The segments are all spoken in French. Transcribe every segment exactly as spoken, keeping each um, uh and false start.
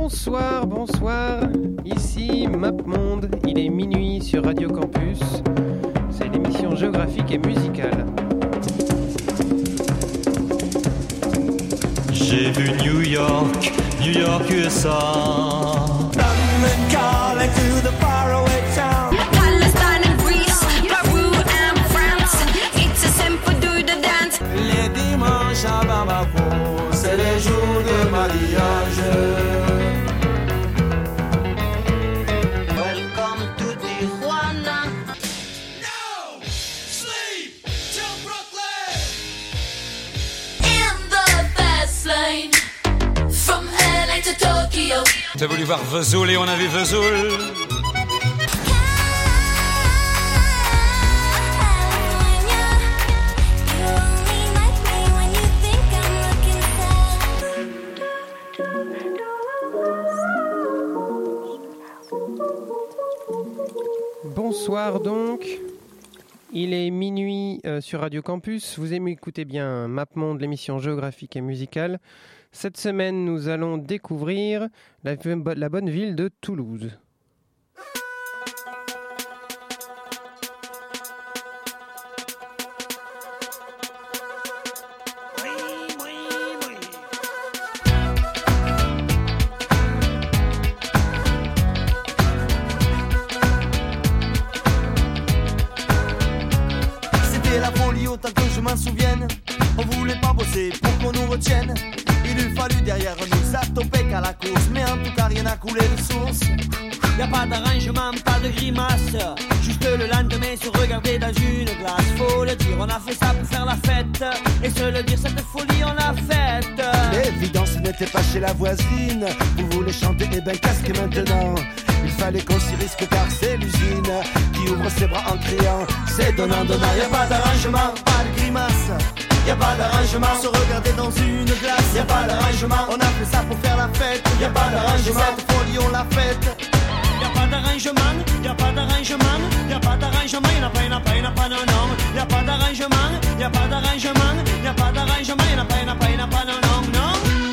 Bonsoir, bonsoir, ici MapMonde, il est minuit sur Radio Campus, c'est l'émission géographique et musicale. J'ai vu New York, New York U S A. London calling to the faraway town. Palestine and Greece, Peru and France. It's a simple do the dance. Les dimanches à Bamako, c'est les jours de mariage. Welcome to Tijuana. No sleep till Brooklyn. In the fast lane, from L A to Tokyo. T'as voulu voir Vesoul et on a vu Vesoul. Bonsoir donc, il est minuit euh, sur Radio Campus, vous aimez écouter bien MapMonde, l'émission géographique et musicale. Cette semaine, nous allons découvrir la, la bonne ville de Toulouse. C'était la folie autant que je m'en souvienne. On voulait pas bosser pour qu'on nous retienne. Il eût fallu derrière nous s'attoper qu'à la course. Mais en tout cas rien n'a coulé de source. Y'a pas d'arrangement, pas de grimace. Juste le lendemain se regarder dans une glace. Faut le dire, on a fait ça pour faire la fête. Et se le dire, cette folie on l'a faite. L'évidence n'était pas chez la voisine. Vous voulez chanter, et ben casque maintenant. Il fallait qu'on s'y risque car c'est l'usine qui ouvre ses bras en criant. C'est donnant, donnant, Y'a pas d'arrangement, pas de grimace. Y'a pas d'arrangement, se regarder dans une glace. Y'a pas d'arrangement, on a fait ça pour faire la fête. Y'a pas d'arrangement, cette folie on l'a faite. Y'a pas d'arrangement, y'a pas d'arrangement, y'a pas d'arrangement, y'en a pas, y'en a pas, y'en a pas, non, non. Y'a pas d'arrangement, y'a pas d'arrangement, y'a pas d'arrangement, y'en a pas, y'en a pas, y'en a pas, non, non, non.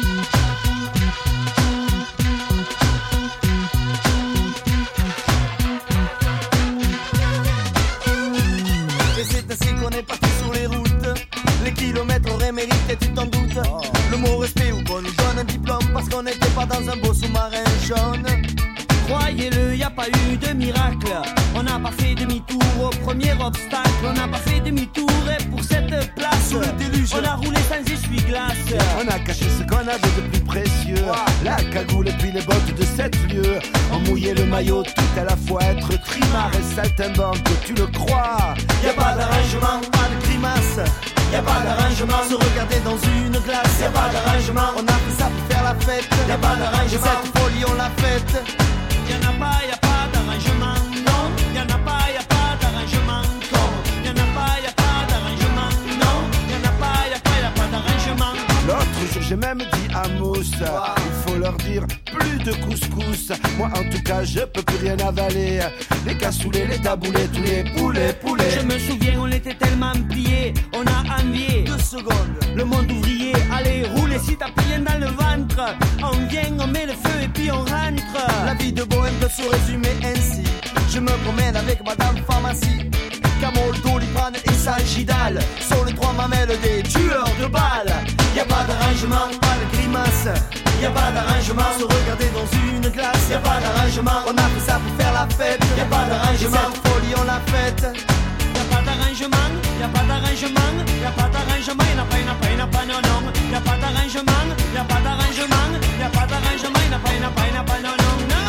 Et c'est ainsi qu'on est parti sur les routes. Les kilomètres auraient mérité, tu t'en doutes. Le mot respect ou qu'on nous donne un diplôme parce qu'on n'était pas dans un beau sous-marin jaune. Croyez-le, y a pas eu de miracle. On n'a pas fait demi-tour au premier obstacle. On n'a pas fait demi-tour et pour cette place Sous le déluge, on a roulé sans essuie-glace. on a caché ce qu'on avait de plus précieux. La cagoule et puis les bottes de sept lieues. On mouillait le maillot tout à la fois. Être trimar et saltimbanque, tu le crois. Y'a pas d'arrangement, pas de grimace. Y'a pas d'arrangement, se regarder dans une glace. Y'a pas d'arrangement, on a fait ça pour faire la fête. Y'a pas d'arrangement, cette folie on l'a faite. Y'en a pas, y'a pas d'arrangement, non. Y'en a pas, y'a pas d'arrangement, non. Y'en a pas, y'a pas d'arrangement, non. Y'en a pas, y'a pas, y'a pas d'arrangement. L'autre jour j'ai même dit à Mousse, il faut leur dire plus de couscous. Moi en tout cas je peux plus rien avaler. Les cassoulets, les taboulets, tous les poulets, poulets. Je me souviens, on était tellement pliés, on a envié Deux secondes. le monde ouvrier. Allez, roulez si t'as plus rien dans le ventre. On vient, on met le feu et puis on rentre. La vie de bohème peut se résumer ainsi. Je me promène avec madame pharmacie. Camol, Doliprane et Sagidal sont les trois mamelles des tueurs de balles. Y'a pas d'arrangement, pas de grimace. Y'a pas d'arrangement, se regarder dans une glace. Y'a pas d'arrangement, on a fait ça pour faire la fête. Y'a pas d'arrangement, cette folie on l'a faite. Y'a pas d'arrangement, y'a pas d'arrangement, y'a pas d'arrangement, y'en a pas, y'en a pas, y'en a pas, non, non. Y'a pas d'arrangement, y'a pas d'arrangement, y'a pas d'arrangement, y'en a pas, y'en a pas, y'en a pas, non, non, non.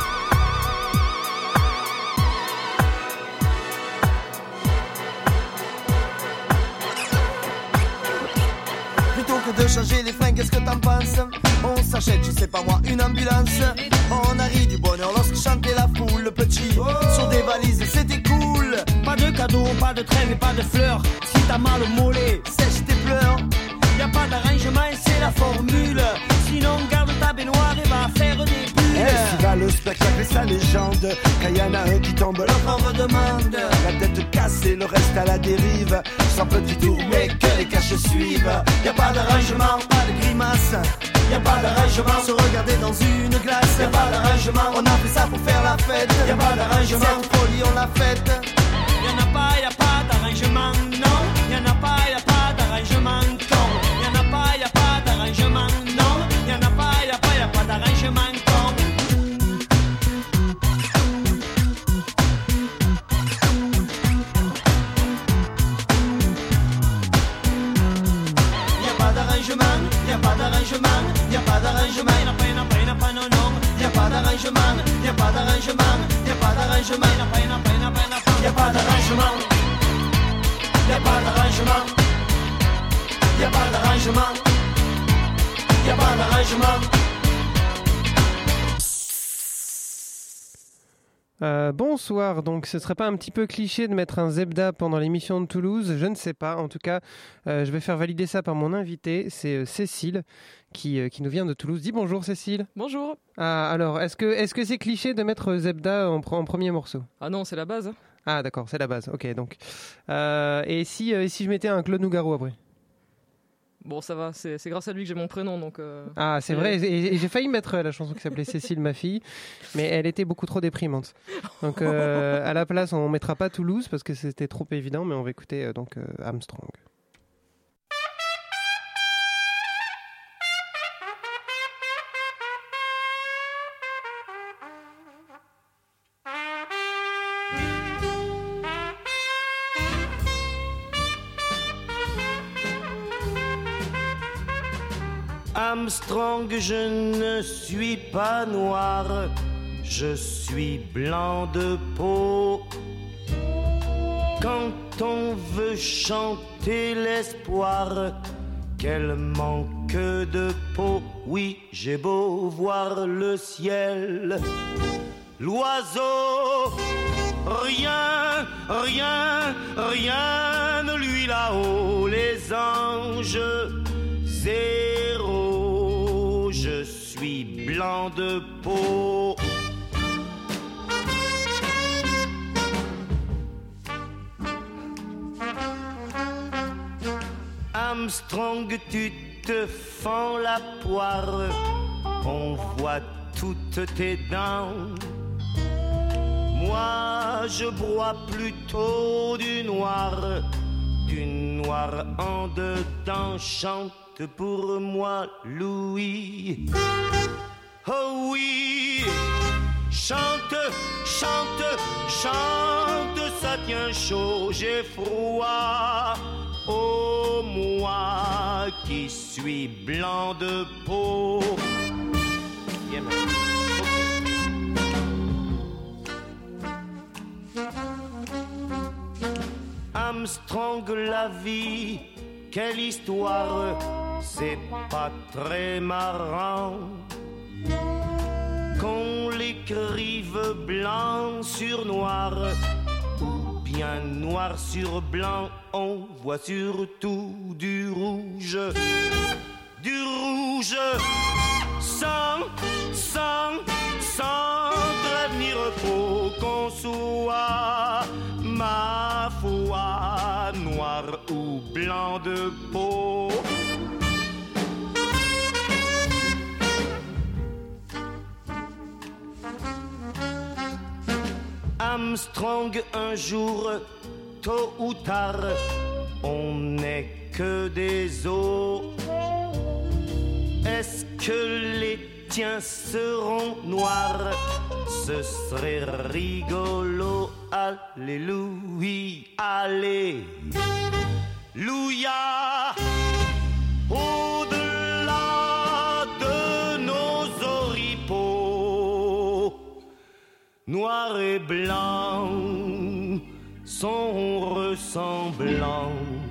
Plutôt que de changer les freins, qu'est-ce que t'en penses? On s'achète, je sais pas moi, une ambulance. On a ri du bonheur lorsque chantait la foule. Le petit, sur des valises, c'était cool. Pas de cadeaux, pas de trêve et pas de fleurs. Si t'as mal au mollet, Sèche tes pleurs. y'a pas d'arrangement et c'est la formule. Sinon garde ta baignoire et va faire des bulles. Ainsi va le spectacle et sa légende. Quand y en a un qui tombe, l'autre On redemande. la tête cassée, le reste à la dérive. Sans petit tour, mais que les caches suivent. Y'a pas d'arrangement, pas de grimace. Y'a pas d'arrangement. d'arrangement. Se regarder dans une glace, y a pas d'arrangement. On a fait ça pour faire la fête, y a pas d'arrangement. Cette folie on l'a faite. Y'en a pas, y a pas d'arrangement, non. Y'en a pas, y a pas d'arrangement con. Y'en a pas, y a pas d'arrangement, non. Y'en a pas, y a pas, y a pas d'arrangement con. Y'a pas d'arrangement, y'a pas d'arrangement, y'a pas d'arrangement, y'en a pas, y'en a pas, y'en a pas, non, non. Y'a pas d'arrangement, y'a pas d'arrangement, y'a pas d'arrangement, y'en a pas, y'en a pas, y'en a pas, y'en a pas. Y'a pas d'arrangement, y'a pas d'arrangement, y'a pas d'arrangement, y'a pas d'arrangement. Euh, bonsoir, donc ce serait pas un petit peu cliché de mettre un Zebda pendant l'émission de Toulouse? Je ne sais pas, en tout cas euh, je vais faire valider ça par mon invité, c'est euh, Cécile qui, euh, qui nous vient de Toulouse. Dis bonjour Cécile. Bonjour. Ah, alors, est-ce que est-ce que c'est cliché de mettre Zebda en, en premier morceau? Ah non, c'est la base. Ah d'accord, c'est la base, ok donc. Euh, et si, euh, si je mettais un Claude Nougaro après? Bon, ça va, c'est, c'est grâce à lui que j'ai mon prénom, donc... Euh... Ah, c'est vrai, et, et j'ai failli mettre la chanson qui s'appelait Cécile, ma fille, mais elle était beaucoup trop déprimante. Donc, euh, à la place, on mettra pas Toulouse, parce que c'était trop évident, mais on va écouter euh, donc euh, Armstrong. Armstrong, je ne suis pas noir, je suis blanc de peau. Quand on veut chanter l'espoir, quel manque de peau. Oui, j'ai beau voir le ciel, l'oiseau, rien, rien, rien ne lui là-haut. Les anges, zéro, je suis blanc de peau. Armstrong, tu te fends la poire, on voit toutes tes dents. Moi, je broie plutôt du noir, du noir en dedans. Chante pour moi, Louis. Oh oui, chante, chante, chante, ça tient chaud, j'ai froid. Oh, moi qui suis blanc de peau. Yeah, man. Okay. Armstrong, la vie, quelle histoire, c'est pas très marrant qu'on l'écrive blanc sur noir, ou bien noir sur blanc. On voit surtout du rouge, du rouge, sans, sans, sans prévenir, faut qu'on soit, ma foi, noir ou blanc de peau. Armstrong, un jour, tôt ou tard, on n'est que des os. Est-ce que les tiens seront noirs? Ce serait rigolo. Alléluia, alléluia. Au-delà de nos oripeaux, noir et blanc sont ressemblants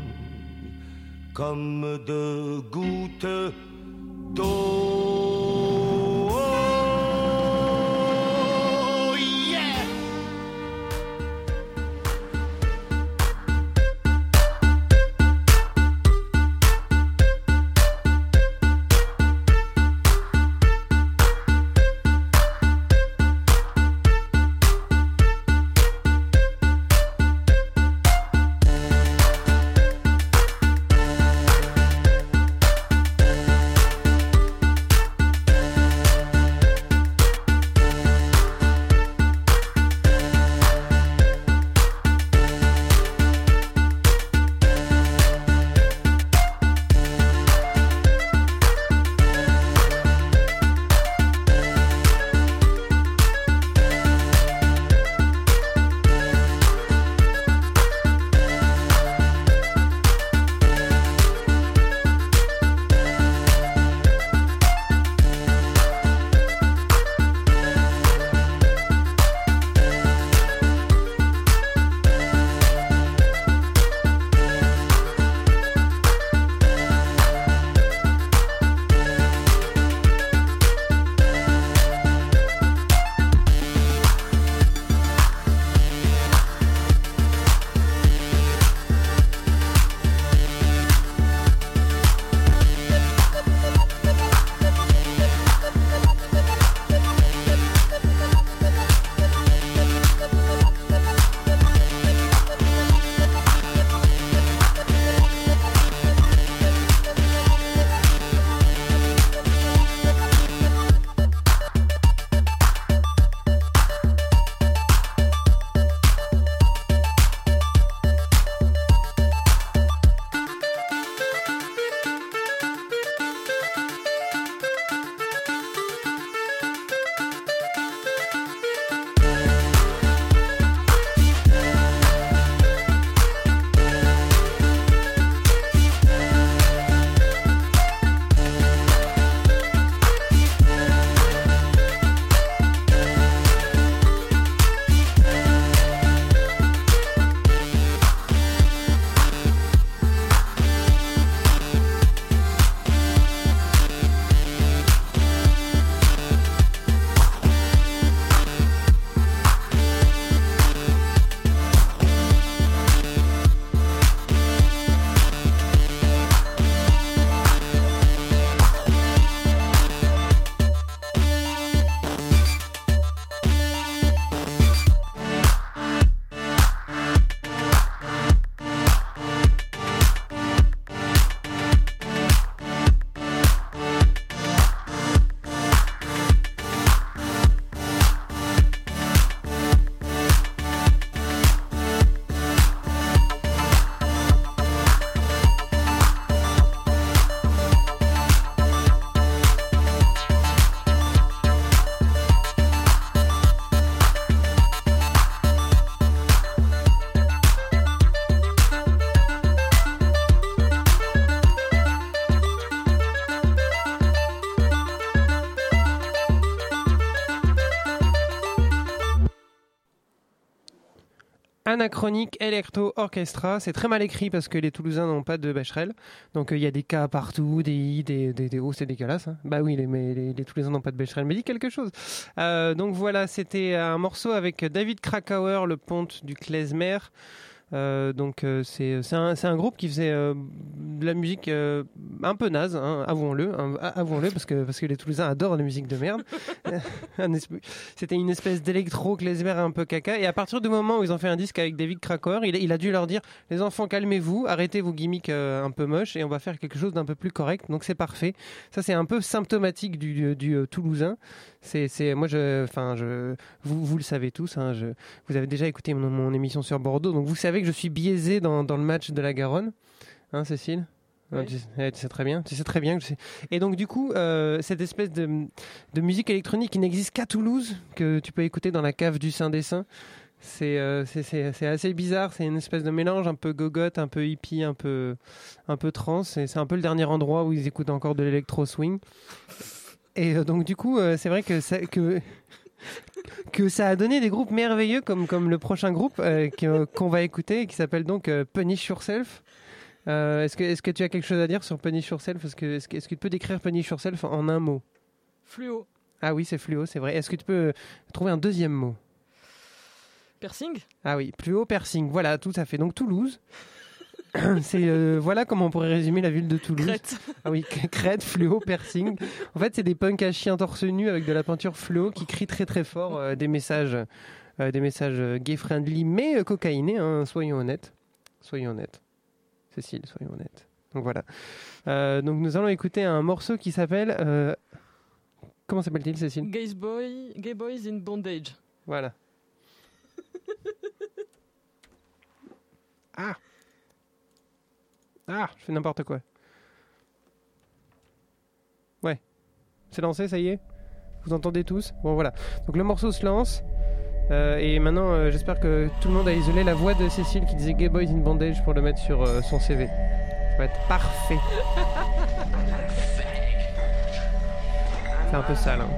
comme deux gouttes d'eau. Oh, yeah! Anachronic Electro Orchestra. C'est très mal écrit parce que les Toulousains n'ont pas de Becherel. Donc il euh, y a des K partout, des I, des, des, des O, c'est dégueulasse. Hein. Bah oui, les, mais les, les Toulousains n'ont pas de Becherel, mais dit quelque chose. Euh, donc voilà, c'était un morceau avec David Krakauer, le ponte du klezmer. Euh, donc euh, c'est, c'est, un, c'est un groupe qui faisait euh, de la musique euh, un peu naze, hein, avouons-le, hein, avouons-le parce que, parce que les Toulousains adorent la musique de merde. C'était une espèce d'électro klezmer un peu caca, et à partir du moment où ils ont fait un disque avec David Krakauer, il, il a dû leur dire: les enfants, calmez-vous, arrêtez vos gimmicks euh, un peu moches et on va faire quelque chose d'un peu plus correct. Donc c'est parfait. Ça, c'est un peu symptomatique du, du, du euh, Toulousain. C'est, c'est, moi, je, enfin, je, vous, vous le savez tous, hein, je, vous avez déjà écouté mon, mon émission sur Bordeaux, donc vous savez que je suis biaisé dans, dans le match de la Garonne, hein, Cécile? Oui. Tu, sais, tu sais très bien, tu sais très bien que je sais. Et donc du coup, euh, cette espèce de, de musique électronique qui n'existe qu'à Toulouse, que tu peux écouter dans la cave du Saint des Saints, c'est, euh, c'est, c'est, c'est assez bizarre. C'est une espèce de mélange un peu gogotte, un peu hippie, un peu, un peu trance. Et c'est un peu le dernier endroit où ils écoutent encore de l'électro swing. Et euh, donc du coup, euh, c'est vrai que ça, que, que ça a donné des groupes merveilleux comme, comme le prochain groupe euh, qu'on va écouter, qui s'appelle donc euh, Punish Yourself. Euh, est-ce que, est-ce que tu as quelque chose à dire sur Punish Yourself? Est-ce que, est-ce que, est-ce que tu peux décrire Punish Yourself en un mot? Fluo. Ah oui, c'est fluo, c'est vrai. Est-ce que tu peux trouver un deuxième mot? Piercing. Ah oui, fluo, piercing. Voilà, tout à fait. Donc Toulouse. C'est, euh, voilà comment on pourrait résumer la ville de Toulouse. Crête. Ah oui, crête, fluo, piercing. En fait, c'est des punks à chiens torse nu avec de la peinture fluo qui crient très très fort euh, des messages, euh, des messages gay-friendly, mais euh, cocaïnés, hein, soyons honnêtes. Soyons honnêtes. Cécile, soyons honnêtes. Donc voilà. Euh, donc nous allons écouter un morceau qui s'appelle... Euh... Comment s'appelle-t-il, Cécile? Gay Boy, Gay Boys in Bondage. Voilà. Ah Ah, je fais n'importe quoi. Ouais. C'est lancé, ça y est? Vous entendez tous? Bon, voilà. Donc le morceau se lance. Euh, et maintenant, euh, j'espère que tout le monde a isolé la voix de Cécile qui disait Gay Boys in Bondage pour le mettre sur euh, son C V. Ça va être parfait. C'est un peu sale, hein.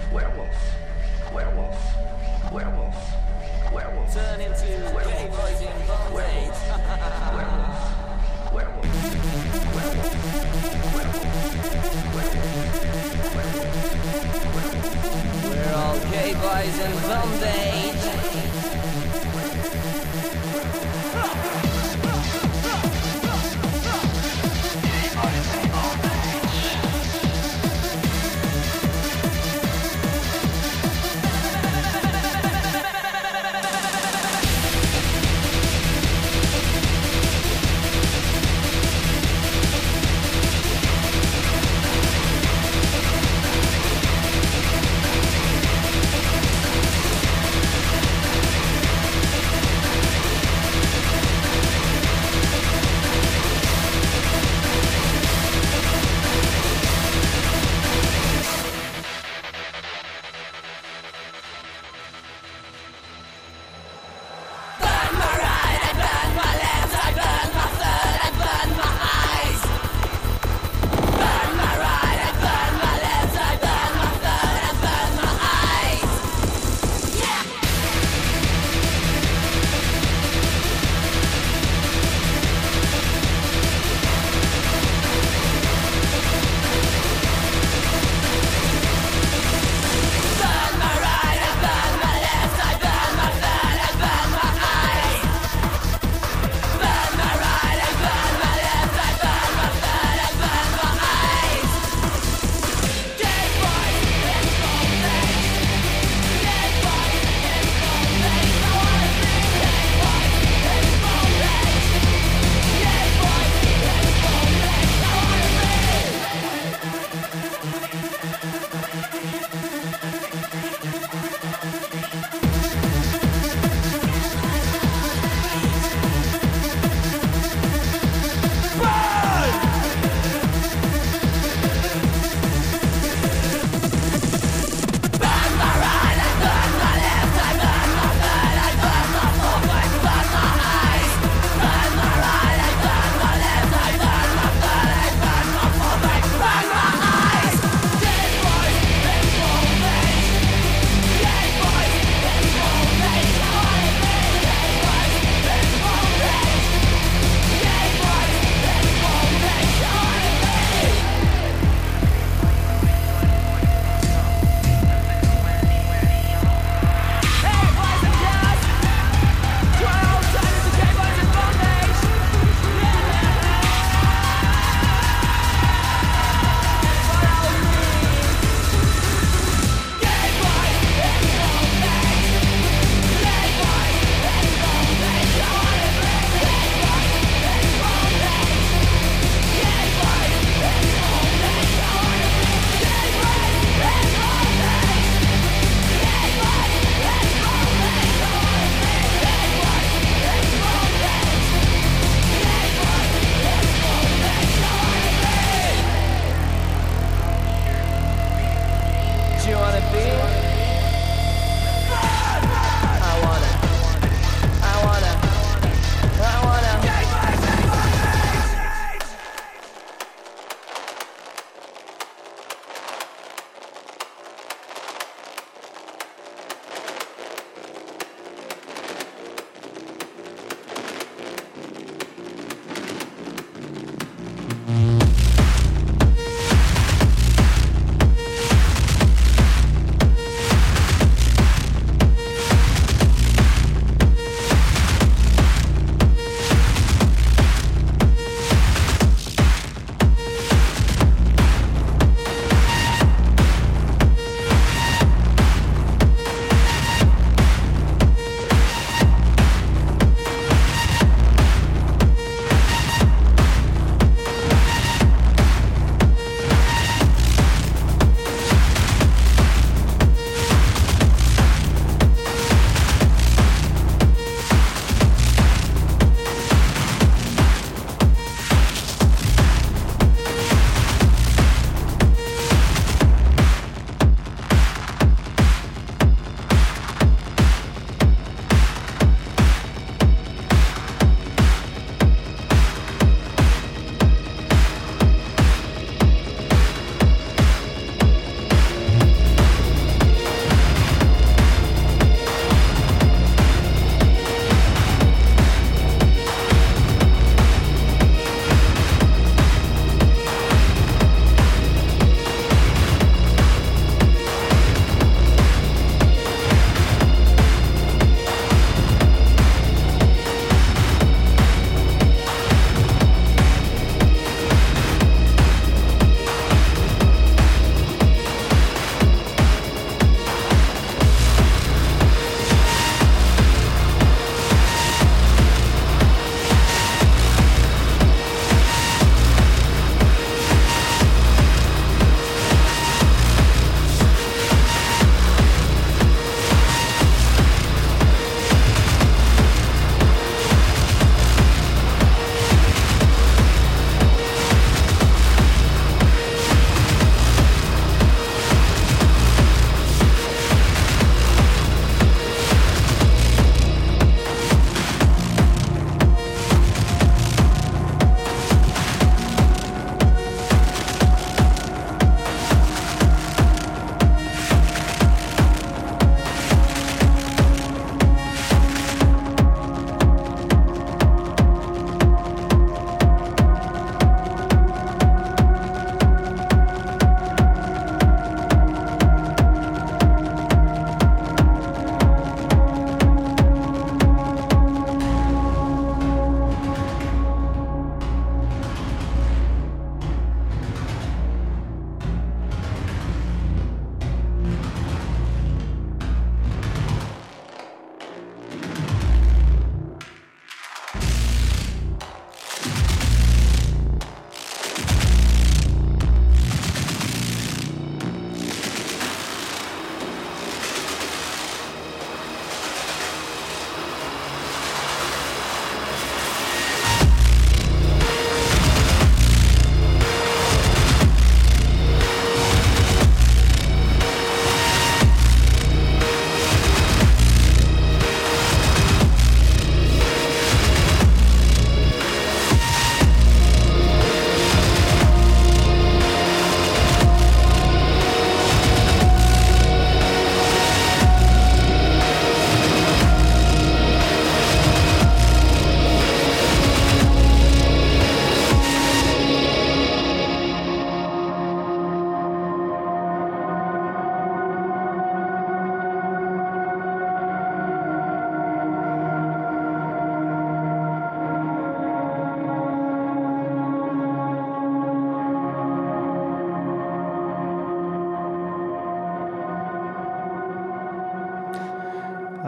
Turn into gay boys in bondage. We're all gay boys in bondage.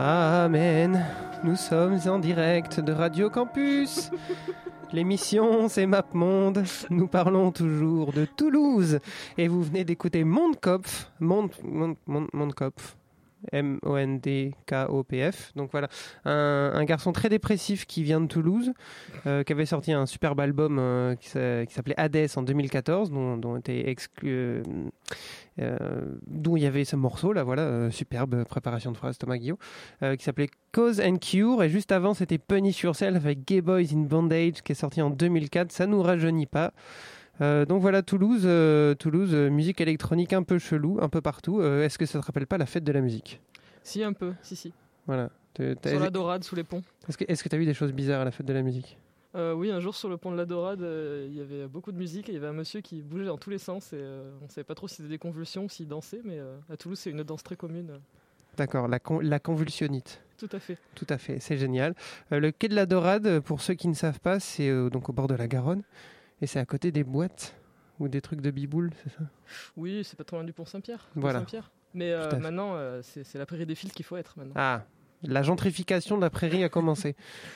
Amen. Nous sommes en direct de Radio Campus. L'émission, c'est MapMonde. Nous parlons toujours de Toulouse. Et vous venez d'écouter Mondkopf. Mond, Mond, Mond, Mondkopf. M O N D K O P F. Donc voilà, un, un garçon très dépressif qui vient de Toulouse, euh, qui avait sorti un superbe album euh, qui, s'a, qui s'appelait Hades en deux mille quatorze, dont, dont était exclu, euh, euh, dont il y avait ce morceau là, voilà, euh, superbe préparation de phrase Thomas Guillot, euh, qui s'appelait Cause and Cure. Et juste avant, c'était Punish Yourself avec Gay Boys in Bondage, qui est sorti en deux mille quatre. Ça nous rajeunit pas. Euh, donc voilà, Toulouse, euh, Toulouse euh, musique électronique un peu chelou, un peu partout. Euh, est-ce que ça te rappelle pas la fête de la musique ? Si, un peu, si, si. Voilà. T'as, t'as... Sur la Dorade, sous les ponts. Est-ce que est-ce que tu as vu des choses bizarres à la fête de la musique ? euh, Oui, un jour sur le pont de la Dorade, euh, il y avait beaucoup de musique et il y avait un monsieur qui bougeait dans tous les sens et euh, on ne savait pas trop si c'était des convulsions ou s'il dansait, mais euh, à Toulouse, c'est une danse très commune. D'accord, la, con- la convulsionnite. Tout à fait. Tout à fait, c'est génial. Euh, le quai de la Dorade, pour ceux qui ne savent pas, c'est euh, donc au bord de la Garonne et c'est à côté des boîtes. Ou des trucs de biboule, c'est ça ? Oui, c'est pas trop loin du pont Saint-Pierre. Pont Voilà. Saint-Pierre. Mais euh, maintenant, euh, c'est, c'est la prairie des fils qu'il faut être maintenant. Ah, la gentrification de la prairie a commencé.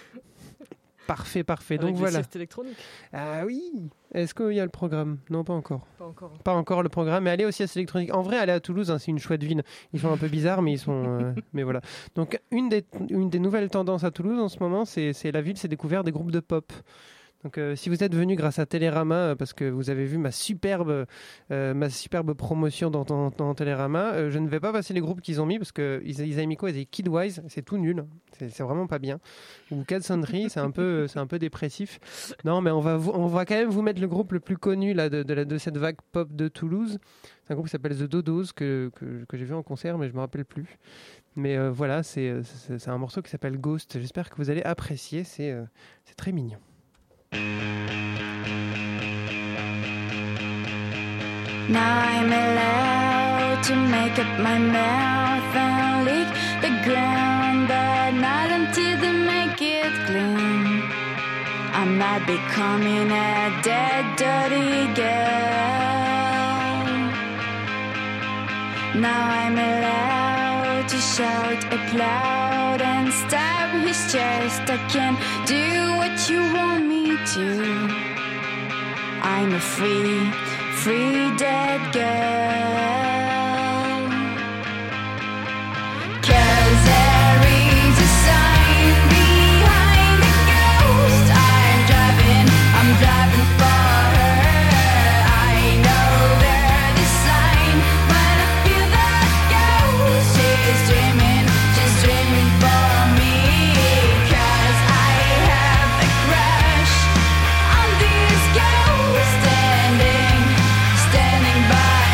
Parfait, parfait. Avec Donc des voilà. siestes électroniques. Ah oui. Est-ce qu'il y a le programme ? Non, pas encore. Pas encore. Pas encore le programme, mais allez aux siestes électroniques. En vrai, aller à Toulouse, hein, c'est une chouette ville. Ils sont un peu bizarres, mais ils sont. Euh, mais voilà. Donc une des une des nouvelles tendances à Toulouse en ce moment, c'est c'est la ville s'est découvert des groupes de pop. Donc, euh, si vous êtes venu grâce à Télérama, euh, parce que vous avez vu ma superbe, euh, ma superbe promotion dans, dans, dans Télérama, euh, je ne vais pas passer les groupes qu'ils ont mis parce qu'ils ils avaient mis quoi ? Ils avaient Kidwise, c'est tout nul, c'est, c'est vraiment pas bien. Ou Cat Sentry, c'est un peu, c'est un peu dépressif. Non, mais on va, vous, on va quand même vous mettre le groupe le plus connu là, de, de, la, de cette vague pop de Toulouse. C'est un groupe qui s'appelle The Dodos que, que, que j'ai vu en concert, mais je me rappelle plus. Mais euh, voilà, c'est, c'est, c'est un morceau qui s'appelle Ghost. J'espère que vous allez apprécier, c'est, euh, c'est très mignon. Now I'm allowed to make up my mouth and lick the ground, but not until they make it clean. I'm not becoming a dead, dirty girl. Now I'm allowed to shout applaud and stab his chest. I can do what you want me to. I'm a free, free dead girl. 'Cause there is a sign behind the ghost. I'm driving, I'm driving for her. I know there's a sign when I feel that ghost. She's dreaming, she's dreaming for me. 'Cause I have a crush on this ghost standing, standing by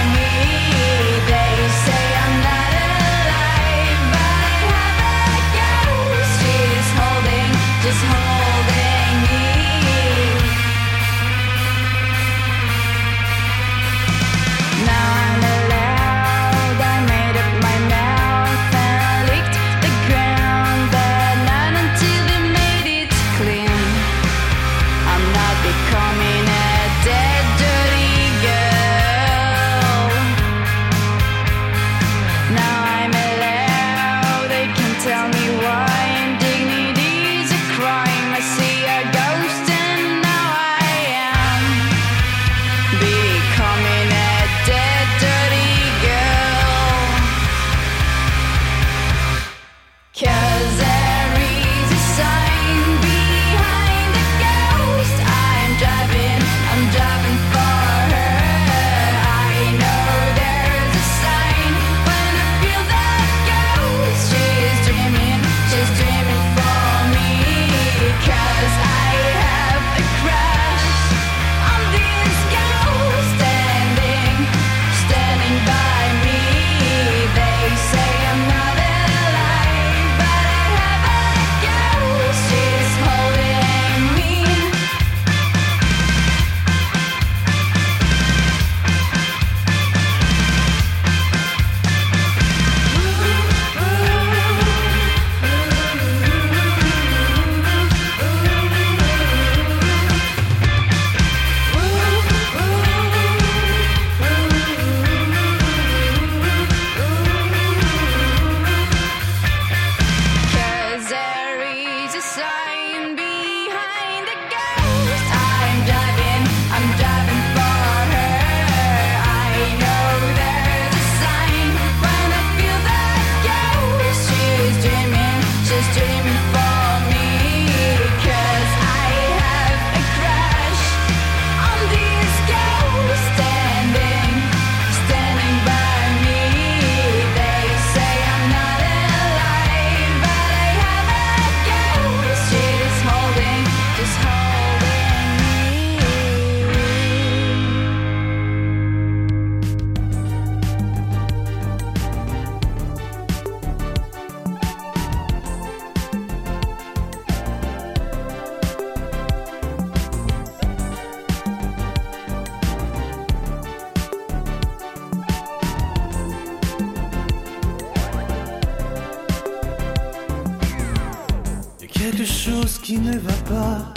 quelque chose qui ne va pas.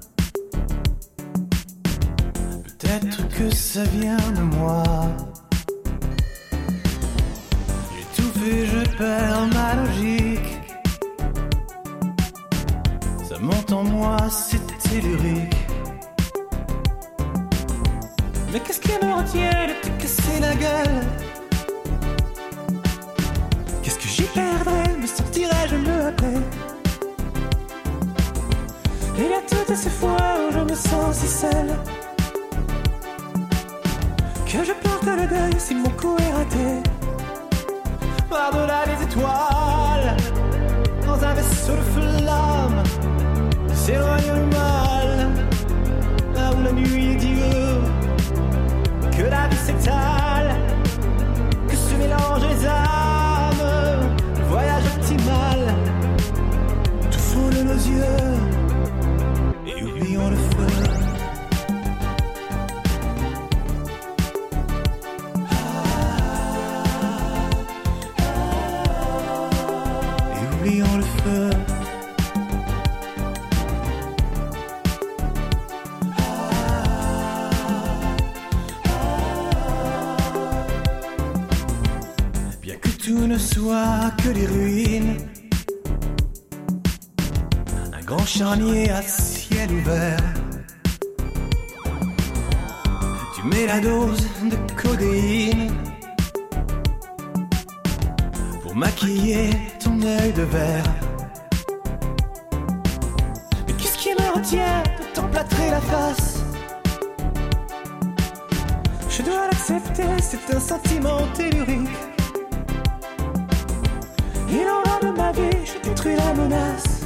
Peut-être que ça vient de moi. Étouffé, je perds ma logique. Ça monte en moi, c'est tellurique. Mais qu'est-ce qui me retient de te casser la gueule? Qu'est-ce que j'y perdrais? Me sentirais-je mieux après? Il y a toutes ces fois où je me sens si seul, que je porte le deuil si mon coup est raté. Par-delà les étoiles, dans un vaisseau de flamme, s'éloigne le mal, là où la nuit est Dieu. Que la vie s'étale, que se mélangent les âmes, le voyage optimal, tout fond de nos yeux, et oublions le feu. Et oublions le feu. Tout ne soit que des ruines, un grand charnier à ciel ouvert. Tu mets la dose de codéine pour maquiller ton œil de verre. Mais qu'est-ce qui me retient de t'emplâtrer la face? Je dois l'accepter, c'est un sentiment tellurique. Il en va de ma vie, je détruis la menace.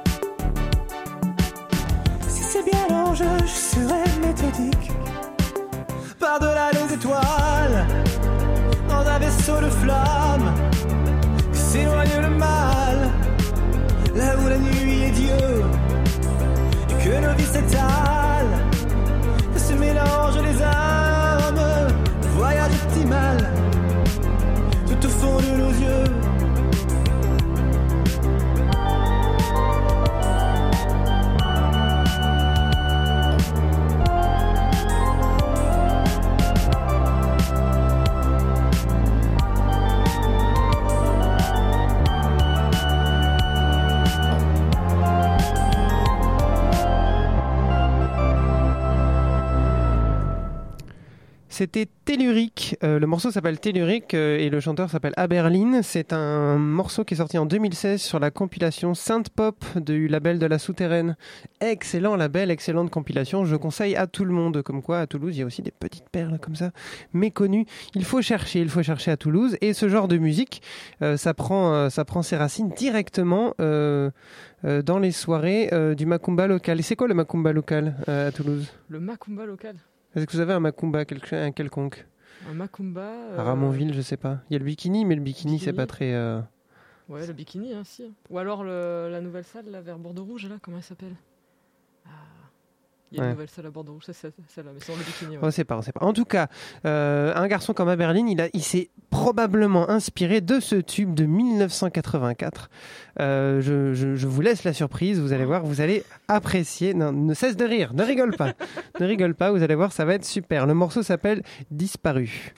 Si c'est bien l'enjeu, je serai méthodique. Par-delà les étoiles, dans un vaisseau de flammes, que s'éloigne le mal, là où la nuit est Dieu, et que nos vies s'étalent, que se mélangent les âmes, le voyage optimal, tout au fond de nos yeux. C'était Tellurique, euh, le morceau s'appelle Tellurique euh, et le chanteur s'appelle Aberline. C'est un morceau qui est sorti en deux mille seize sur la compilation Synth Pop du label de La Souterraine. Excellent label, excellente compilation, je conseille à tout le monde. Comme quoi à Toulouse il y a aussi des petites perles comme ça, méconnues. Il faut chercher, il faut chercher à Toulouse. Et ce genre de musique, euh, ça, prend, euh, ça prend ses racines directement euh, euh, dans les soirées euh, du Macumba local. Et c'est quoi le Macumba local euh, à Toulouse? Le Macumba local. Est-ce que vous avez un Macumba quel- un quelconque? Un Macumba. euh, À Ramonville, je sais pas. Il y a le bikini, mais le bikini, Bikini. c'est pas très. euh, Ouais, le bikini, hein, si. Ou alors le- la nouvelle salle, là, vers Bordeaux Rouge, là, comment elle s'appelle? Ah. Il y a Ouais. une nouvelle salle à Bordeaux Rouge, c'est c'est- celle-là, mais sans le bikini. Ouais. On sait pas, on sait pas. En tout cas, euh, un garçon comme Aberline, il, a, il s'est probablement inspiré de ce tube de mille neuf cent quatre-vingt-quatre. Euh, je, je, je vous laisse la surprise, vous allez voir, vous allez apprécier. Non, ne cesse de rire, ne rigole pas. Ne rigole pas, vous allez voir, ça va être super. Le morceau s'appelle Disparu.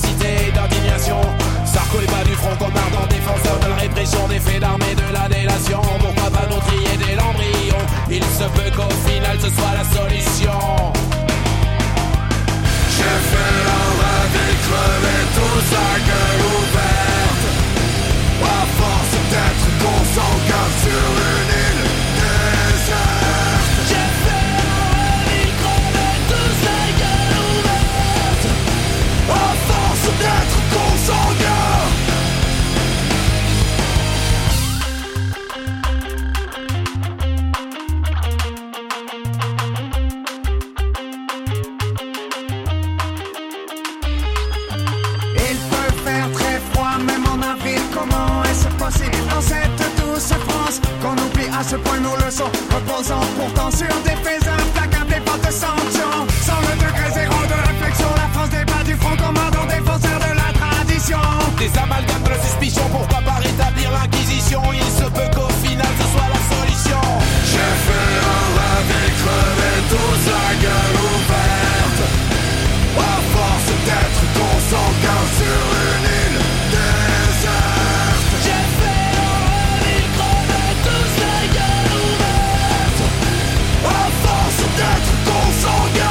capacité d'indignation. Sarko les bas du front comme ardent défenseur de la répression des faits d'armée de la délation. Pourquoi pas nous trier dès l'embryon? Il se peut qu'au final ce soit la solution. J'ai fait un rêve et crevé tout sa gueule ouverte. À force d'être consanguin sur une île déserte. J'ai fait un rêve et crevé tout sa gueule ouverte. À force d'être consanguin. Dans cette douce France qu'on oublie à ce point nos leçons, reposant pourtant sur des faits implacables et pas de sanctions. Sans le degré zéro de réflexion, la France débat du front commandant défenseur de la tradition. Des amalgames de suspicion, pourquoi pas rétablir l'inquisition? Il se peut qu'au final ce soit la solution. J'ai fait un rêve et crevé tous la gueule ouverte. À force d'être consanguin sur une île déserte. J'ai fait un rêve et crevé tous la gueule ouverte. À force d'être consanguin.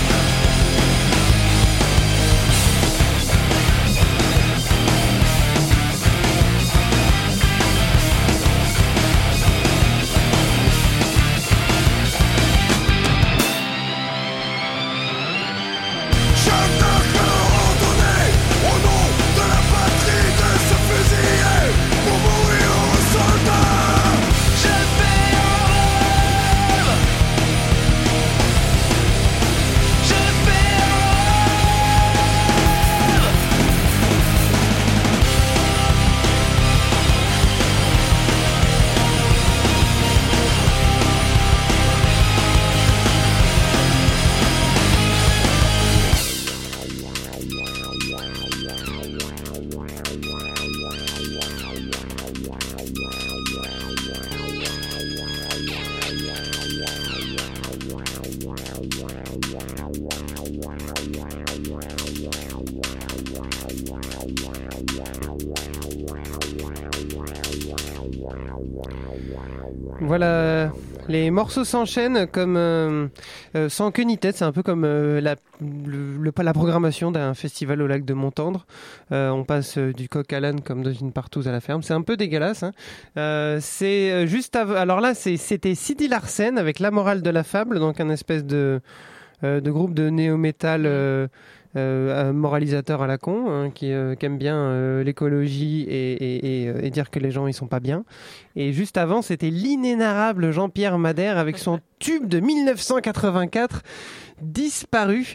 Voilà, les morceaux s'enchaînent comme euh, euh, sans queue ni tête. C'est un peu comme euh, la, le, le, la programmation d'un festival au lac de Montendre. Euh, on passe euh, du coq à l'âne comme dans une partouze à la ferme. C'est un peu dégueulasse. Hein. Euh, c'est juste av- alors là, c'est, c'était Sidi Larsen avec La Morale de la Fable, donc un espèce de, euh, de groupe de néo-métal. Euh, Euh, un moralisateur à la con hein, qui, euh, qui aime bien euh, l'écologie et, et, et, et dire que les gens ils sont pas bien. Et juste avant c'était l'inénarrable Jean-Pierre Madère avec son tube de dix-neuf cent quatre-vingt-quatre disparu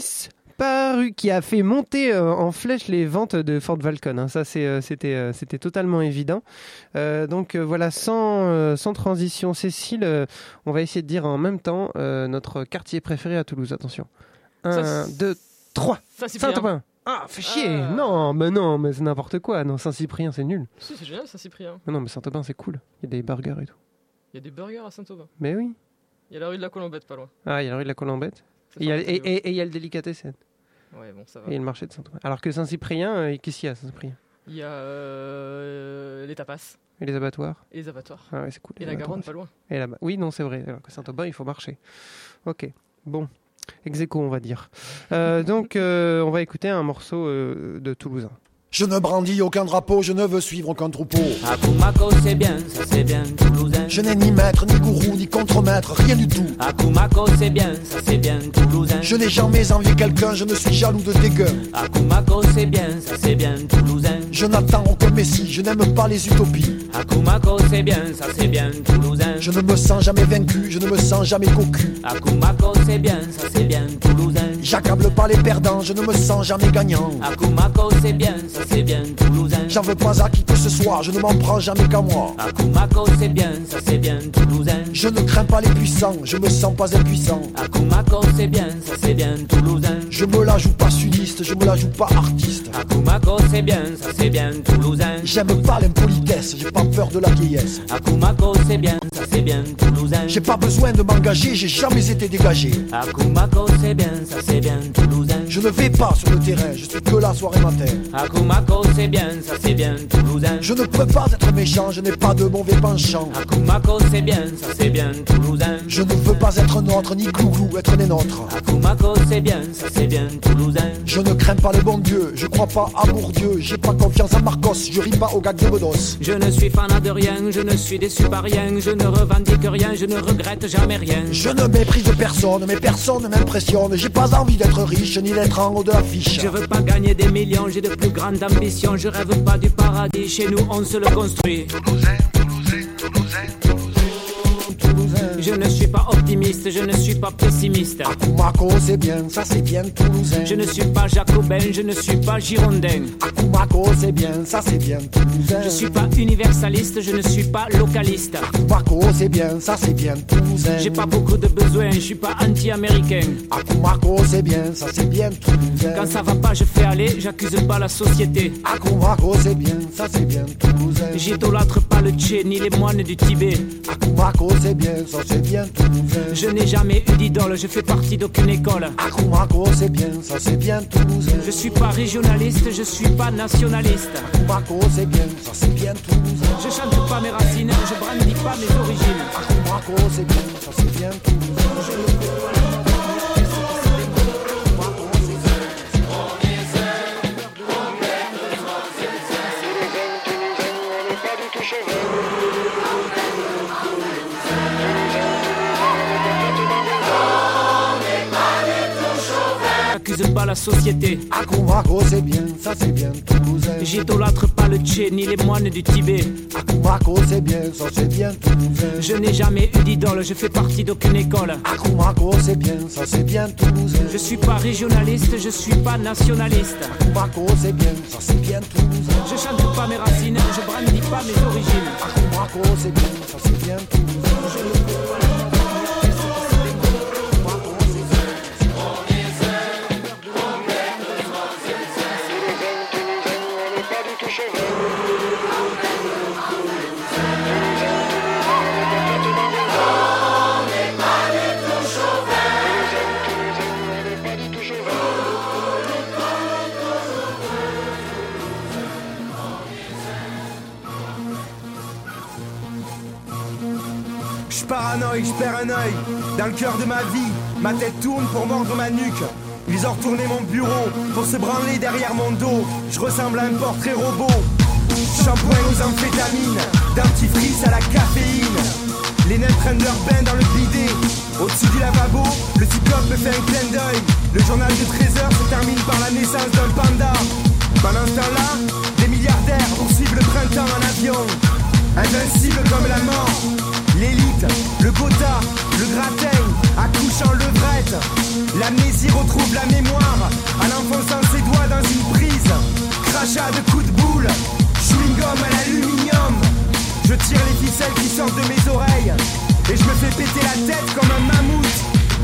disparu qui a fait monter euh, en flèche les ventes de Ford Falcon hein. Ça c'est, euh, c'était, euh, c'était totalement évident euh, donc euh, voilà sans, euh, sans transition Cécile euh, on va essayer de dire en même temps euh, notre quartier préféré à Toulouse. Attention, un, deux, trois. Saint-Cyprien. Ah, fais chier. Ah. Non, mais non, mais c'est n'importe quoi. Non, Saint-Cyprien, c'est nul. Si, c'est génial, Saint-Cyprien. Mais non, mais Saint-Aubin, c'est cool. Il y a des burgers et tout. Il y a des burgers à Saint-Aubin. Mais oui. Il y a la rue de la Colombette, pas loin. Ah, il y a la rue de la Colombette. Et il y a, et, et, et il y a le délicatessen. Ouais, bon, ça va. Et il y a le marché de Saint-Aubin. Alors que Saint-Cyprien, euh, qu'est-ce qu'il y a à Saint-Cyprien? Il y a euh, les tapas. Et les abattoirs. Et les abattoirs. Ah ouais, c'est cool. Et la Garonne, pas loin. Et là-bas. Oui, non, c'est vrai. Alors que Saint-Aubin, il faut marcher. Ok, bon. Ex-aequo, on va dire. Euh, donc, euh, on va écouter un morceau euh, de Toulousain. Je ne brandis aucun drapeau, je ne veux suivre aucun troupeau. À Kumako c'est bien, ça c'est bien toulousain. Je n'ai ni maître, ni gourou, ni contremaître, rien du tout. À Kumako c'est bien, ça c'est bien toulousain. Je n'ai jamais envié quelqu'un, je ne suis jaloux de dégueu. À Kumako c'est bien, ça c'est bien toulousain. Je n'attends aucun messie, je n'aime pas les utopies. À Kumako c'est bien, ça c'est bien toulousain. Je ne me sens jamais vaincu, je ne me sens jamais cocu. À Kumako c'est bien, ça c'est bien toulousain. J'accable pas les perdants, je ne me sens jamais gagnant. À Kumako c'est bien, ça c'est bien toulousain. J'en veux pas à qui que ce soit, je ne m'en prends jamais qu'à moi. À Kumako c'est bien, ça c'est bien toulousain. Je ne crains pas les puissants, je me sens pas impuissant. À Kumako c'est bien, ça c'est bien toulousain. Je me la joue pas sudiste, je me la joue pas artiste. Akumaco c'est bien, ça c'est bien toulousain. J'aime pas l'impolitesse, j'ai pas peur de la vieillesse. Akumaco c'est bien, ça c'est bien toulousain. J'ai pas besoin de m'engager, j'ai jamais été dégagé. Akumaco c'est bien, ça c'est bien toulousain. Je ne vais pas sur le terrain, je suis que là soir et matin. Akumaco c'est bien, ça c'est bien toulousain. Je ne peux pas être méchant, je n'ai pas de mauvais penchant. Akumaco c'est bien, ça c'est bien toulousain. Je ne veux pas être nôtre, ni glouglou, être des nôtres. Akumaco c'est bien, ça c'est bien toulousain. Je ne crains pas le bon Dieu, je crois pas à Bourdieu. J'ai pas confiance en Marcos, je ris pas au gag de Bedos. Je ne suis fanat de rien, je ne suis déçu par rien. Je ne revendique rien, je ne regrette jamais rien. Je ne méprise personne, mais personne m'impressionne. J'ai pas envie d'être riche, ni d'être en haut de l'affiche. Je veux pas gagner des millions, j'ai de plus grandes ambitions. Je rêve pas du paradis, chez nous on se le construit. Toulousain, Toulousain, Toulousain, Toulousain. Je ne suis pas optimiste, je ne suis pas pessimiste. Akumaco c'est bien, ça c'est bien toulousain. Je ne suis pas jacobin, je ne suis pas girondin. Akumaco c'est bien, ça c'est bien toulousain. Je suis pas universaliste, je ne suis pas localiste. Akumaco c'est bien, ça c'est bien toulousain. J'ai pas beaucoup de besoins, je suis pas anti-américain. Akumaco c'est bien, ça c'est bien toulousain. Quand ça va pas je fais aller, j'accuse pas la société. Akumaco c'est bien, ça c'est bien toulousain. J'idolâtre pas le Tché ni les moines du Tibet. Akumaco c'est bien, ça c'est bien toulousain. Je n'ai jamais eu d'idole, je fais partie d'aucune école. Akumaco c'est bien, ça c'est bien toulousain. Je suis pas régionaliste, je suis pas nationaliste. Akumaco c'est bien, ça c'est bien toulousain. Je chante pas mes racines, je brandis pas mes origines. Akumaco c'est bien, ça c'est bien toulousain. Je ne peux pas J'accuse pas la société. Akumaco c'est bien, ça c'est bien toulousain. J'idolâtre pas le Tché ni les moines du Tibet. Akumaco c'est bien, ça c'est bien toulousain. Je n'ai jamais eu d'idole, je fais partie d'aucune école. Akumaco c'est bien, ça c'est bien toulousain. Je suis pas régionaliste, je suis pas nationaliste. Akumaco c'est bien, ça c'est bien toulousain. Je chante pas mes racines, je brandis pas mes origines. Akumaco c'est bien, ça c'est bien toulousain. Je ne peux pas J'suis paranoïe, j'perds un œil dans le cœur de ma vie. Ma tête tourne pour mordre ma nuque. Ils ont retourné mon bureau pour se branler derrière mon dos. Je ressemble à un portrait robot. Shampoing aux amphétamines, dentifrice à la caféine. Les nains prennent leur bain dans le bidet. Au-dessus du lavabo, le cyclope me fait un clin d'œil. Le journal de treize heures se termine par la naissance d'un panda. Pendant ce temps-là, des milliardaires poursuivent le printemps en avion. Invincible comme la mort. L'élite, le gotha, le gratin, accouche en levrette. L'amnésie retrouve la mémoire en enfonçant ses doigts dans une prise. Crachat de coups de boule, chewing-gum à l'aluminium. Je tire les ficelles qui sortent de mes oreilles et je me fais péter la tête comme un mammouth.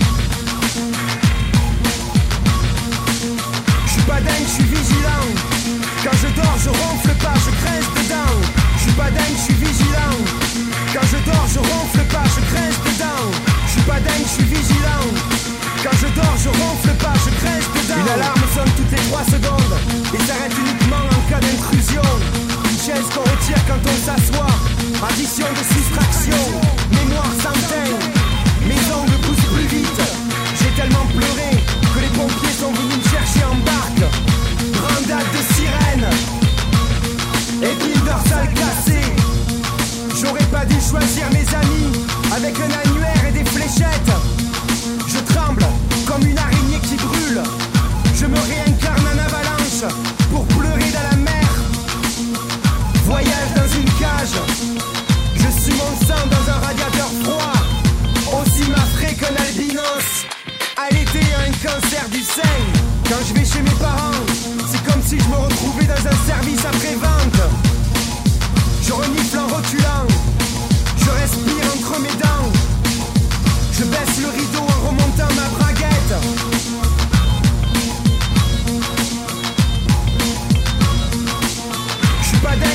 Je suis pas dingue, je suis vigilant. Quand je dors, je ronfle pas, je grince dedans. Je suis pas dingue, je suis vigilant. Quand je dors, je ronfle pas, je grince dedans. Je suis pas dingue, je suis vigilant. Quand je dors, je ronfle pas, je grince dedans. Une alarme sonne toutes les trois secondes et s'arrête uniquement en cas d'intrusion. Une chaise qu'on retire quand on s'assoit. Addition de soustraction, mémoire sans teint. Mes ongles poussent plus vite. J'ai tellement pleuré que les pompiers sont venus me chercher en barque. Brandade de sirène, épine dorsale cassée. J'aurais pas dû choisir mes amis avec un annuaire et des fléchettes. Je tremble comme une araignée qui brûle. Je me réincarne en avalanche pour pleurer dans la mer. Voyage dans une cage. Je suis mon sang dans un radiateur froid. Aussi m'affré qu'un albinos. Allaité à un cancer du sein. Quand je vais chez mes parents, c'est comme si je me retrouvais dans un service après-vente. Je renifle en reculant. Je respire entre mes dents. Je baisse le rideau en remontant ma braguette.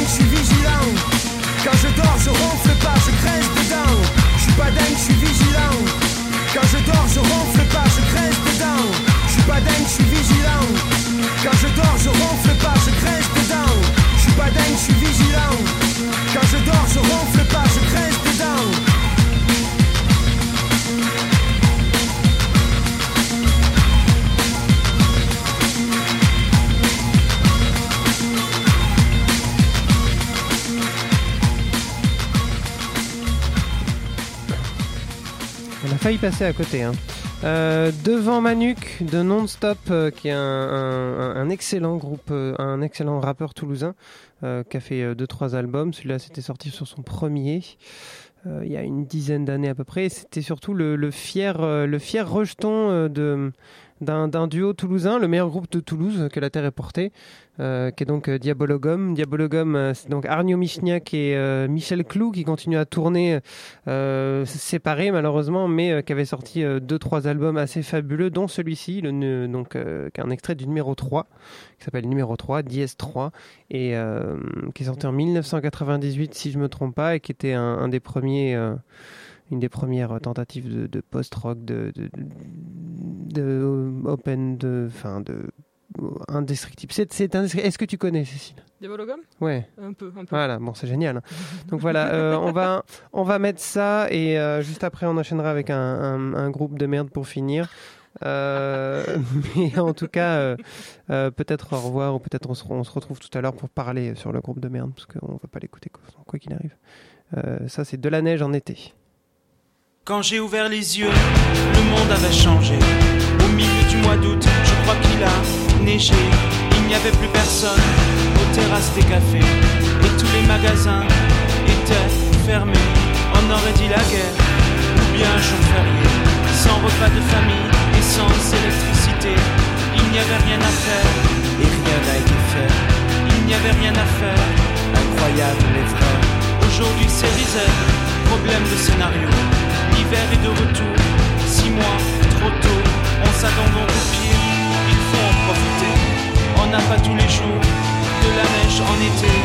dingue, je suis vigilant. Quand je dors, je ronfle pas, je grince dedans. Je suis pas dingue, je suis vigilant. Quand je dors, je ronfle pas, je grince dedans. Je suis pas dingue, je suis vigilant. Quand je dors, je ronfle pas, je grince dedans. Je suis pas dingue, je suis vigilant. Quand je dors, je ronfle pas, je grince dedans. On a failli passer à côté. Hein. Euh, devant Manuk de Non-Stop, euh, qui est un, un, un excellent groupe, euh, un excellent rappeur toulousain, euh, qui a fait deux trois albums. Celui-là, c'était sorti sur son premier, euh, il y a une dizaine d'années à peu près. Et c'était surtout le, le fier, euh, le fier rejeton euh, de d'un, d'un duo toulousain, le meilleur groupe de Toulouse que la terre ait porté, euh, qui est donc euh, Diabologum. Diabologum, euh, c'est donc Arnaud Michniak et euh, Michel Clou qui continuent à tourner euh, séparés malheureusement, mais euh, qui avaient sorti euh, deux trois albums assez fabuleux, dont celui-ci, le, donc, euh, qui est un extrait du numéro trois, qui s'appelle numéro trois, Dièse trois, et euh, qui est sorti en dix-neuf cent quatre-vingt-dix-huit si je me trompe pas, et qui était un, un des premiers... Euh, une des premières tentatives de, de post-rock, de, de, de open, de, enfin de indestructible. C'est, c'est indescriptible. Est-ce que tu connais, Cécile? Diabologum? Ouais. Un peu, un peu. Voilà, bon, c'est génial. Donc voilà, euh, on va, on va mettre ça et euh, juste après, on enchaînera avec un, un, un groupe de merde pour finir. Euh, mais en tout cas, euh, euh, peut-être au revoir ou peut-être on se, on se retrouve tout à l'heure pour parler sur le groupe de merde parce qu'on va pas l'écouter quoi, quoi qu'il arrive. Euh, ça, c'est De la neige en été. Quand j'ai ouvert les yeux, le monde avait changé. Au milieu du mois d'août, je crois qu'il a neigé. Il n'y avait plus personne aux terrasses des cafés. Et tous les magasins étaient fermés. On aurait dit la guerre, ou bien un jour férié. Sans repas de famille et sans électricité. Il n'y avait rien à faire, et rien n'a été fait. Il n'y avait rien à faire, incroyable mais vrai. Aujourd'hui c'est Rizet, problème de scénario. L'hiver est de retour, six mois, trop tôt. On s'attend donc au pire, il faut en profiter. On n'a pas tous les jours de la neige en été.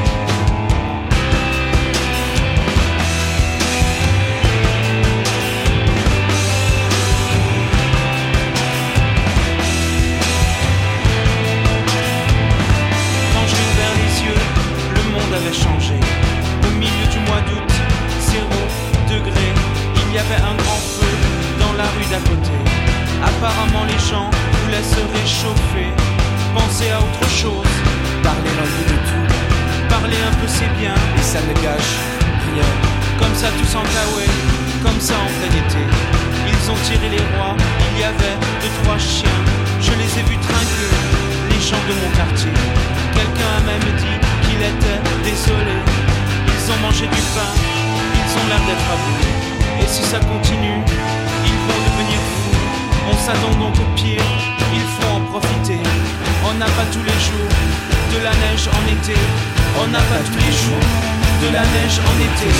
Quand j'ai ouvert les yeux, le monde avait changé. Au milieu du mois d'août, zéro degré. Il y avait un grand feu dans la rue d'à côté. Apparemment les gens voulaient se réchauffer. Penser à autre chose. Parler un peu de tout. Parler un peu c'est bien. Et ça ne gâche rien. Comme ça tous en kawaii. Comme ça en plein été. Ils ont tiré les rois. Il y avait deux trois chiens. Je les ai vus trinquer. Les gens de mon quartier. Quelqu'un a même dit qu'il était désolé. Ils ont mangé du pain. Ils ont l'air d'être aboulés. Et si ça continue, ils vont devenir fous. On s'attend donc au pire, il faut en profiter. On n'a pas tous les jours de la neige en été. On n'a pas tous les jours de la neige en été.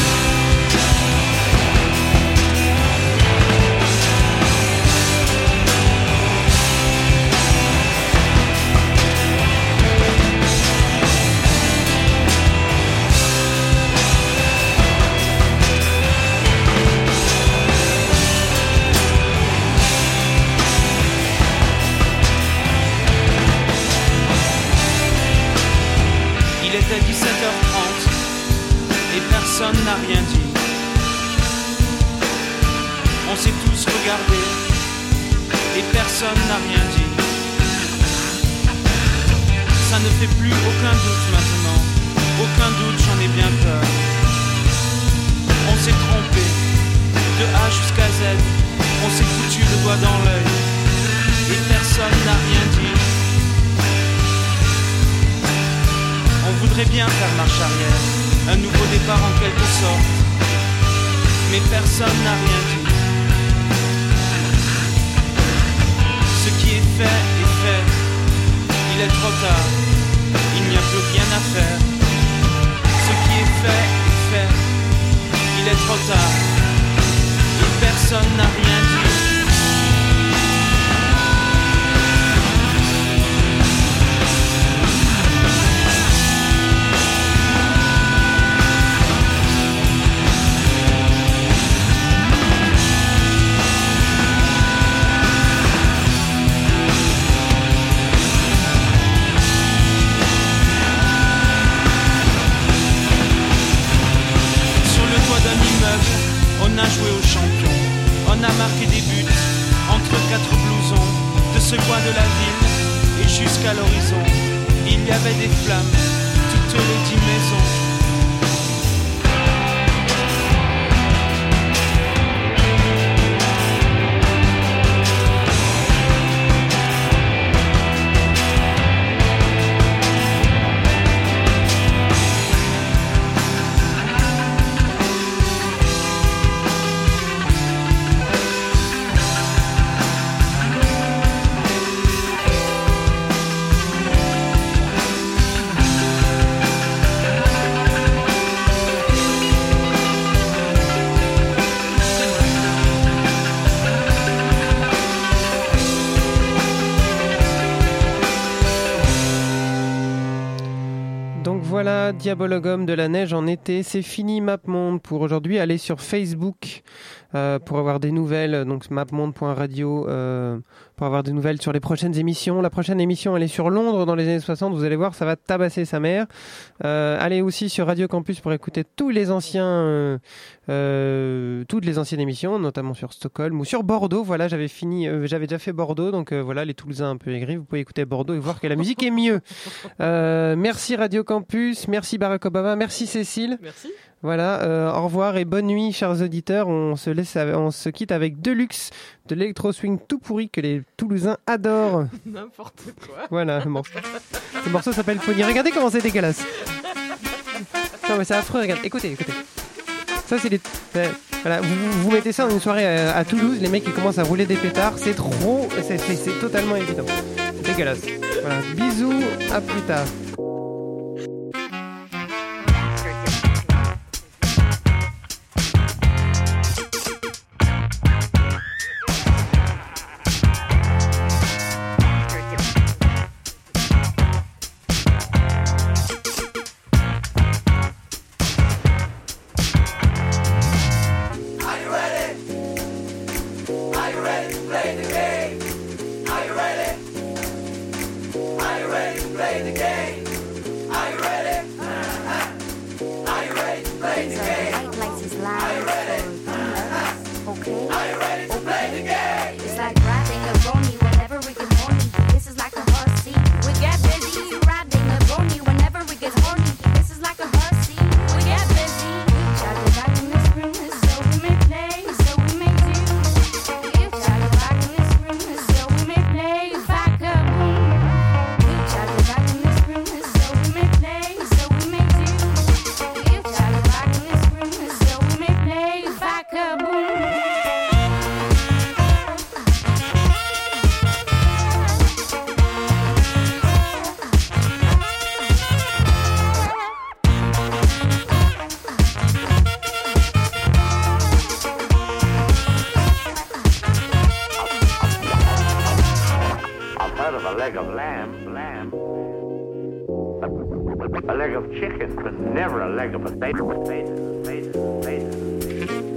Il était dix-sept heures trente et personne n'a rien dit. On s'est tous regardés et personne n'a rien dit. Ça ne fait plus aucun doute maintenant. Aucun doute, j'en ai bien peur. On s'est trompé de A jusqu'à Z. On s'est foutu le doigt dans l'œil et personne n'a rien dit. On voudrait bien faire marche arrière, un nouveau départ en quelque sorte, mais personne n'a rien dit. Ce qui est fait est fait, il est trop tard, il n'y a plus rien à faire. Ce qui est fait est fait, il est trop tard, et personne n'a rien dit. marqué des buts entre quatre blousons, de ce coin de la ville et jusqu'à l'horizon. Il y avait des flammes, toutes les dix maisons. Voilà, Diabologum de la neige en été, c'est fini MapMonde pour aujourd'hui. Allez sur Facebook euh, pour avoir des nouvelles, donc mapmonde point radio euh, pour avoir des nouvelles sur les prochaines émissions. La prochaine émission, elle est sur Londres dans les années soixante, vous allez voir, ça va tabasser sa mère. Euh, allez aussi sur Radio Campus pour écouter tous les anciens, euh, euh, toutes les anciennes émissions, notamment sur Stockholm ou sur Bordeaux. Voilà, j'avais fini, euh, j'avais déjà fait Bordeaux, donc euh, voilà, les Toulousains un peu aigris, vous pouvez écouter Bordeaux et voir que la musique est mieux. Euh, merci Radio Campus, merci Barack Obama, merci Cécile. Merci. Voilà, euh, au revoir et bonne nuit, chers auditeurs. On se laisse, on se quitte avec Deluxe de l'électro swing tout pourri que les Toulousains adorent. N'importe quoi. Voilà, le morceau. Le morceau s'appelle Pony. Regardez comment c'est dégueulasse. Non mais c'est affreux. Regarde, écoutez, écoutez. Ça c'est les. Euh, voilà, vous, vous mettez ça dans une soirée à, à Toulouse, les mecs ils commencent à rouler des pétards, c'est trop, c'est, c'est, c'est totalement évident. C'est dégueulasse. Voilà, bisous, à plus tard. A leg of chicken, but never a leg of potato. Potatoes, potatoes, potatoes.